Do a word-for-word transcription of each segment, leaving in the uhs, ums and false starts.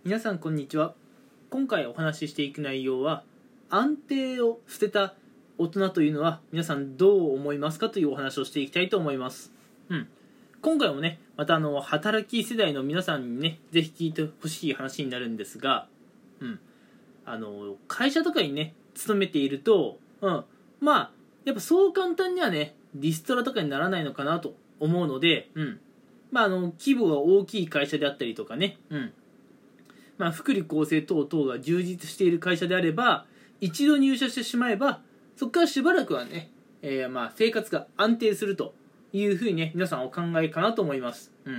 皆さんこんにちは。今回お話ししていく内容は、安定を捨てた大人というのは皆さんどう思いますかというお話をしていきたいと思います。うん、今回もね、またあの働き世代の皆さんにね、ぜひ聞いてほしい話になるんですが、うん、あの会社とかにね勤めていると、うん、まあやっぱそう簡単にはねリストラとかにならないのかなと思うので、うん、まああの規模が大きい会社であったりとかね、うんまあ、福利厚生等々が充実している会社であれば、一度入社してしまえばそこからしばらくはね、えー、まあ生活が安定するというふうにね皆さんお考えかなと思います。うん、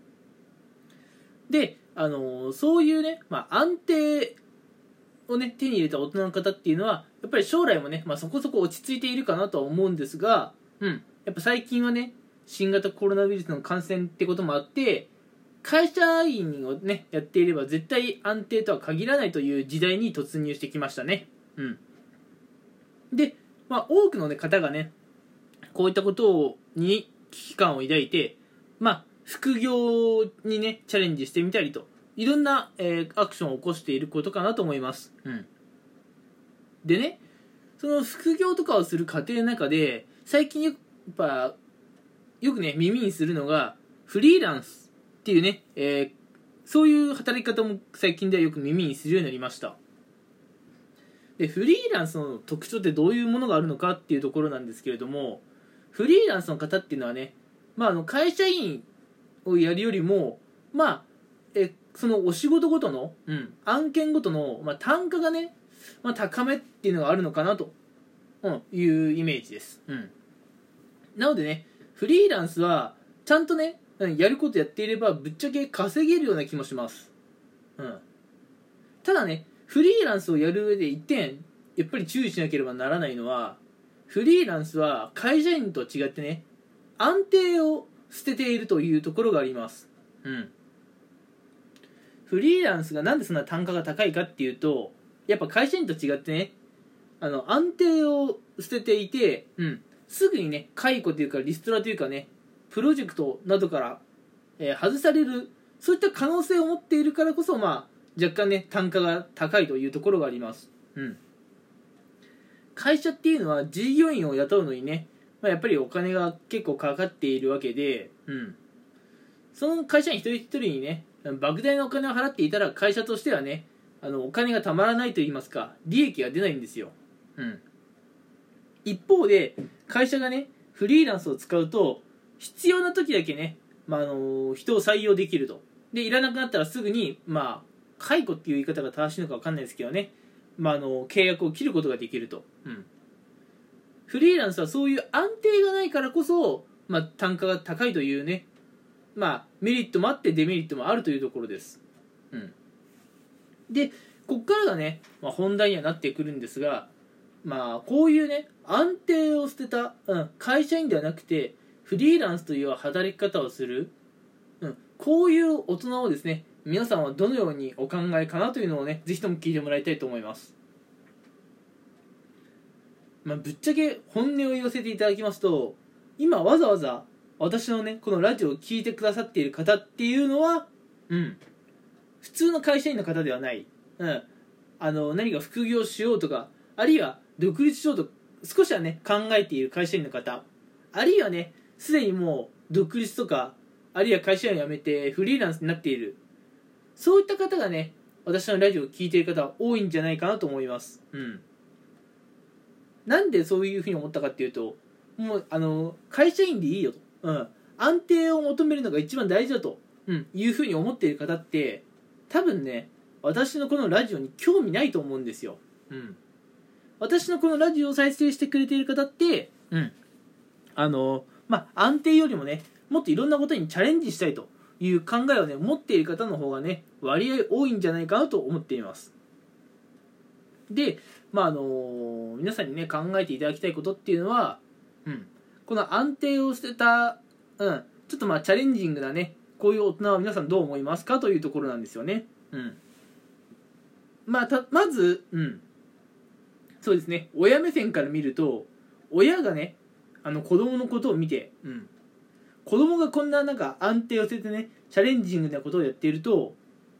で、あのー、そういうね、まあ、安定をね手に入れた大人の方っていうのはやっぱり将来もね、まあ、そこそこ落ち着いているかなとは思うんですが、うん、やっぱ最近はね新型コロナウイルスの感染ってこともあって会社員をねやっていれば絶対安定とは限らないという時代に突入してきましたね。うん、で、まあ、多くの、ね、方がねこういったことに危機感を抱いて、まあ、副業にねチャレンジしてみたりといろんな、えー、アクションを起こしていることかなと思います。うん、でねその副業とかをする過程の中で最近やっぱよくね耳にするのがフリーランスっていうね、えー、そういう働き方も最近ではよく耳にするようになりました。でフリーランスの特徴ってどういうものがあるのかっていうところなんですけれども、フリーランスの方っていうのはね、まあ、あの会社員をやるよりもまあえそのお仕事ごとの、うん、案件ごとの、まあ、単価がね、まあ、高めっていうのがあるのかなと、うん、いうイメージです。うん、なのでねフリーランスはちゃんとねやることやっていればぶっちゃけ稼げるような気もします。うん、ただねフリーランスをやる上で一点やっぱり注意しなければならないのは、フリーランスは会社員と違ってね安定を捨てているというところがあります。うん、フリーランスがなんでそんな単価が高いかっていうと、やっぱ会社員と違ってねあの安定を捨てていて、うん、すぐにね解雇というかリストラというかねプロジェクトなどから、えー、外される、そういった可能性を持っているからこそ、まあ、若干ね単価が高いというところがあります。うん、会社っていうのは従業員を雇うのにね、まあ、やっぱりお金が結構かかっているわけで、うん、その会社員一人一人にね莫大なお金を払っていたら会社としてはねあのお金がたまらないといいますか利益が出ないんですよ。うん、一方で会社がねフリーランスを使うと必要な時だけね、まあ、あの人を採用できると。でいらなくなったらすぐにまあ解雇っていう言い方が正しいのか分かんないですけどね、まあ、あの契約を切ることができると。うん、フリーランスはそういう安定がないからこそ、まあ、単価が高いというね、まあ、メリットもあってデメリットもあるというところです。うん、でここからがね、まあ、本題にはなってくるんですが、まあ、こういうね安定を捨てた、うん、会社員ではなくてフリーランスという働き方をする、うん、こういう大人をですね皆さんはどのようにお考えかなというのをねぜひとも聞いてもらいたいと思います。まあ、ぶっちゃけ本音を言わせていただきますと、今わざわざ私のねこのラジオを聞いてくださっている方っていうのは、うん、普通の会社員の方ではない、うん、あの何か副業しようとかあるいは独立しようと少しはね考えている会社員の方、あるいはねすでにもう独立とかあるいは会社員を辞めてフリーランスになっている、そういった方がね私のラジオを聞いている方は多いんじゃないかなと思います。うん、なんでそういうふうに思ったかっていうと、もうあの会社員でいいよと、うん、安定を求めるのが一番大事だと、うん、いうふうに思っている方って多分ね私のこのラジオに興味ないと思うんですよ。うん、私のこのラジオを再生してくれている方って、うん、あのまあ安定よりもねもっといろんなことにチャレンジしたいという考えをね持っている方の方がね割合多いんじゃないかなと思っています。で、まああの皆さんにね考えていただきたいことっていうのは、うん、この安定を捨てた、うん、ちょっとまあチャレンジングなねこういう大人は皆さんどう思いますかというところなんですよね。うん、まあたまず、うん、そうですね親目線から見ると、親がねあの子供のことを見て、うん、子供がこんななんか安定を捨ててねチャレンジングなことをやっていると、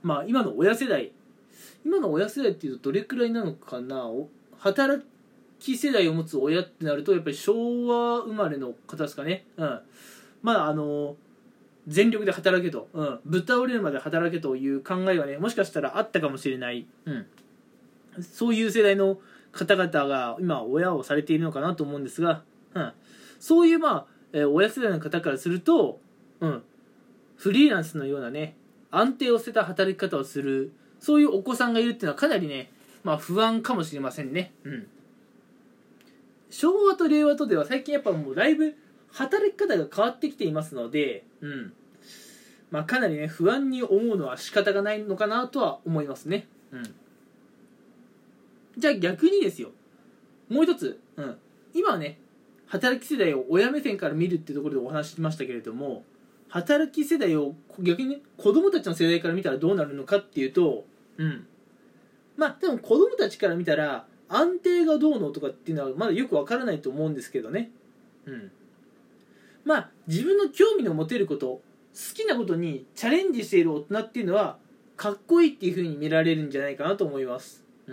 まあ今の親世代今の親世代っていうとどれくらいなのかな。働き世代を持つ親ってなるとやっぱり昭和生まれの方ですかね。うん。まああの全力で働けと、うん、ぶっ倒れるまで働けという考えがねもしかしたらあったかもしれない、うん、そういう世代の方々が今親をされているのかなと思うんですが、うん、そういうまあ、えー、親世代の方からすると、うん、フリーランスのようなね安定を捨てた働き方をするそういうお子さんがいるっていうのはかなりね、まあ、不安かもしれませんね、うん、昭和と令和とでは最近やっぱもうだいぶ働き方が変わってきていますので、うんまあ、かなりね不安に思うのは仕方がないのかなとは思いますね、うん、じゃあ逆にですよもう一つ、うん、今はね働き世代を親目線から見るっていうところでお話ししましたけれども働き世代を逆にね子供たちの世代から見たらどうなるのかっていうと、うん、まあ多分子供たちから見たら安定がどうのとかっていうのはまだよくわからないと思うんですけどね、うんまあ自分の興味の持てること好きなことにチャレンジしている大人っていうのはかっこいいっていう風に見られるんじゃないかなと思います、うん、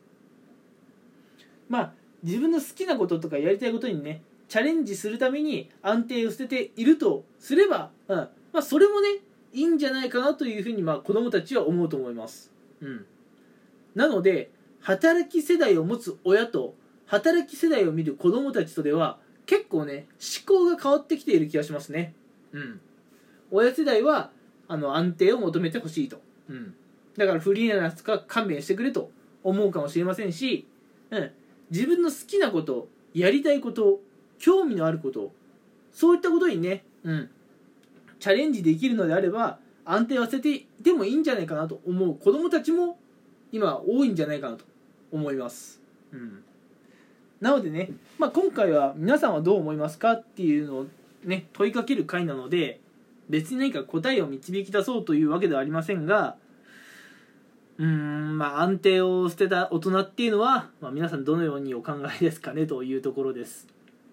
まあ自分の好きなこととかやりたいことにねチャレンジするために安定を捨てているとすれば、うんまあ、それもねいいんじゃないかなという風にまあ子供たちは思うと思います、うん、なので働き世代を持つ親と働き世代を見る子供たちとでは結構ね思考が変わってきている気がしますね。うん。親世代はあの安定を求めてほしいと。うん。だからフリーランスか勘弁してくれと思うかもしれませんし、うん。自分の好きなこと、やりたいこと、興味のあること、そういったことにね、うん。チャレンジできるのであれば安定は捨てていてもいいんじゃないかなと思う子供たちも今多いんじゃないかなと思います。うん。なのでね、まあ、今回は皆さんはどう思いますかっていうのをね問いかける回なので別に何か答えを導き出そうというわけではありませんがうーんまあ安定を捨てた大人っていうのは、まあ、皆さんどのようにお考えですかねというところです。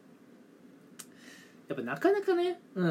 やっぱなかなかね、うん、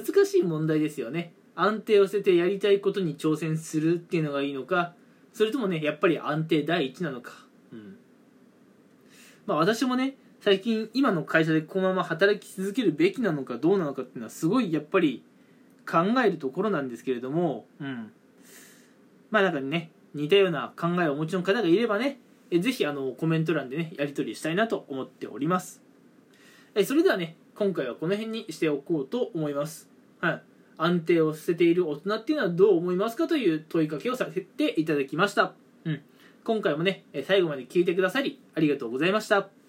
難しい問題ですよね。安定を捨ててやりたいことに挑戦するっていうのがいいのかそれともねやっぱり安定第一なのか、うんまあ、私もね最近今の会社でこのまま働き続けるべきなのかどうなのかっていうのはすごいやっぱり考えるところなんですけれども、うん、まあなんかね似たような考えをお持ちの方がいればねえぜひあのコメント欄でねやり取りしたいなと思っております。えそれではね今回はこの辺にしておこうと思います。はい、安定を捨てている大人っていうのはどう思いますかという問いかけをさせていただきました。うん今回もね最後まで聞いてくださりありがとうございました。